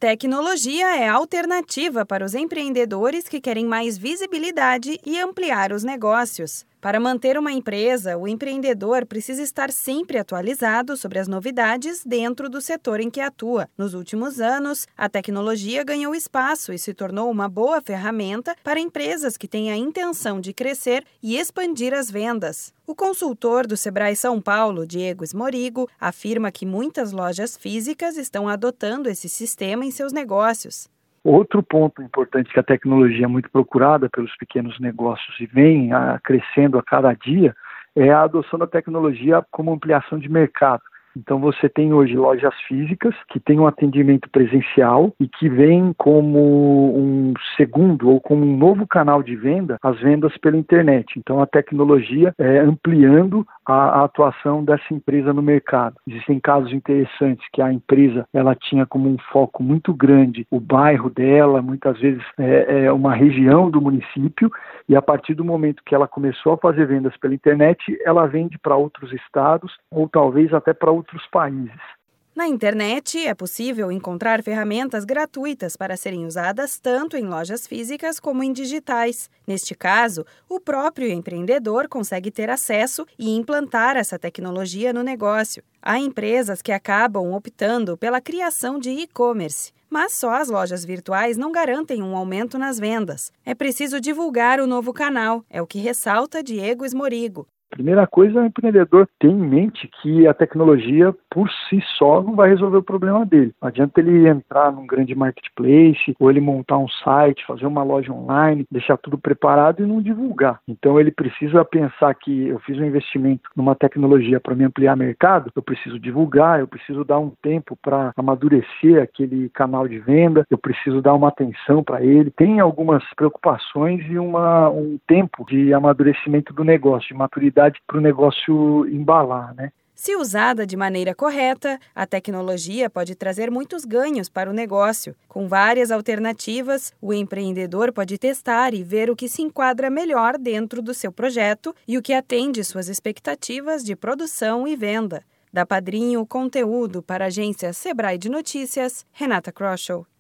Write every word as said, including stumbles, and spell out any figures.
tecnologia é alternativa para os empreendedores que querem mais visibilidade e ampliar os negócios. Para manter uma empresa, o empreendedor precisa estar sempre atualizado sobre as novidades dentro do setor em que atua. Nos últimos anos, a tecnologia ganhou espaço e se tornou uma boa ferramenta para empresas que têm a intenção de crescer e expandir as vendas. O consultor do Sebrae São Paulo, Diego Smorigo, afirma que muitas lojas físicas estão adotando esse sistema em seus negócios. Outro ponto importante que a tecnologia é muito procurada pelos pequenos negócios e vem a, crescendo a cada dia é a adoção da tecnologia como ampliação de mercado. Então você tem hoje lojas físicas que têm um atendimento presencial e que vêm como um segundo ou como um novo canal de venda as vendas pela internet. Então a tecnologia é ampliando a, a atuação dessa empresa no mercado. Existem casos interessantes que a empresa ela tinha como um foco muito grande o bairro dela, muitas vezes é, é uma região do município, e a partir do momento que ela começou a fazer vendas pela internet, ela vende para outros estados ou talvez até para outros outros países. Na internet, é possível encontrar ferramentas gratuitas para serem usadas tanto em lojas físicas como em digitais. Neste caso, o próprio empreendedor consegue ter acesso e implantar essa tecnologia no negócio. Há empresas que acabam optando pela criação de e-commerce. Mas só as lojas virtuais não garantem um aumento nas vendas. É preciso divulgar o novo canal, é o que ressalta Diego Smorigo. Primeira coisa, o empreendedor tem em mente que a tecnologia por si só não vai resolver o problema dele. Não adianta ele entrar num grande marketplace ou ele montar um site, fazer uma loja online, deixar tudo preparado e não divulgar. Então ele precisa pensar que eu fiz um investimento numa tecnologia para me ampliar mercado, eu preciso divulgar, eu preciso dar um tempo para amadurecer aquele canal de venda, eu preciso dar uma atenção para ele. Tem algumas preocupações e uma, um tempo de amadurecimento do negócio, de maturidade para o negócio embalar, né? Se usada de maneira correta, a tecnologia pode trazer muitos ganhos para o negócio. Com várias alternativas, o empreendedor pode testar e ver o que se enquadra melhor dentro do seu projeto e o que atende suas expectativas de produção e venda. Da Padrinho Conteúdo para a agência Sebrae de Notícias, Renata Kroschel.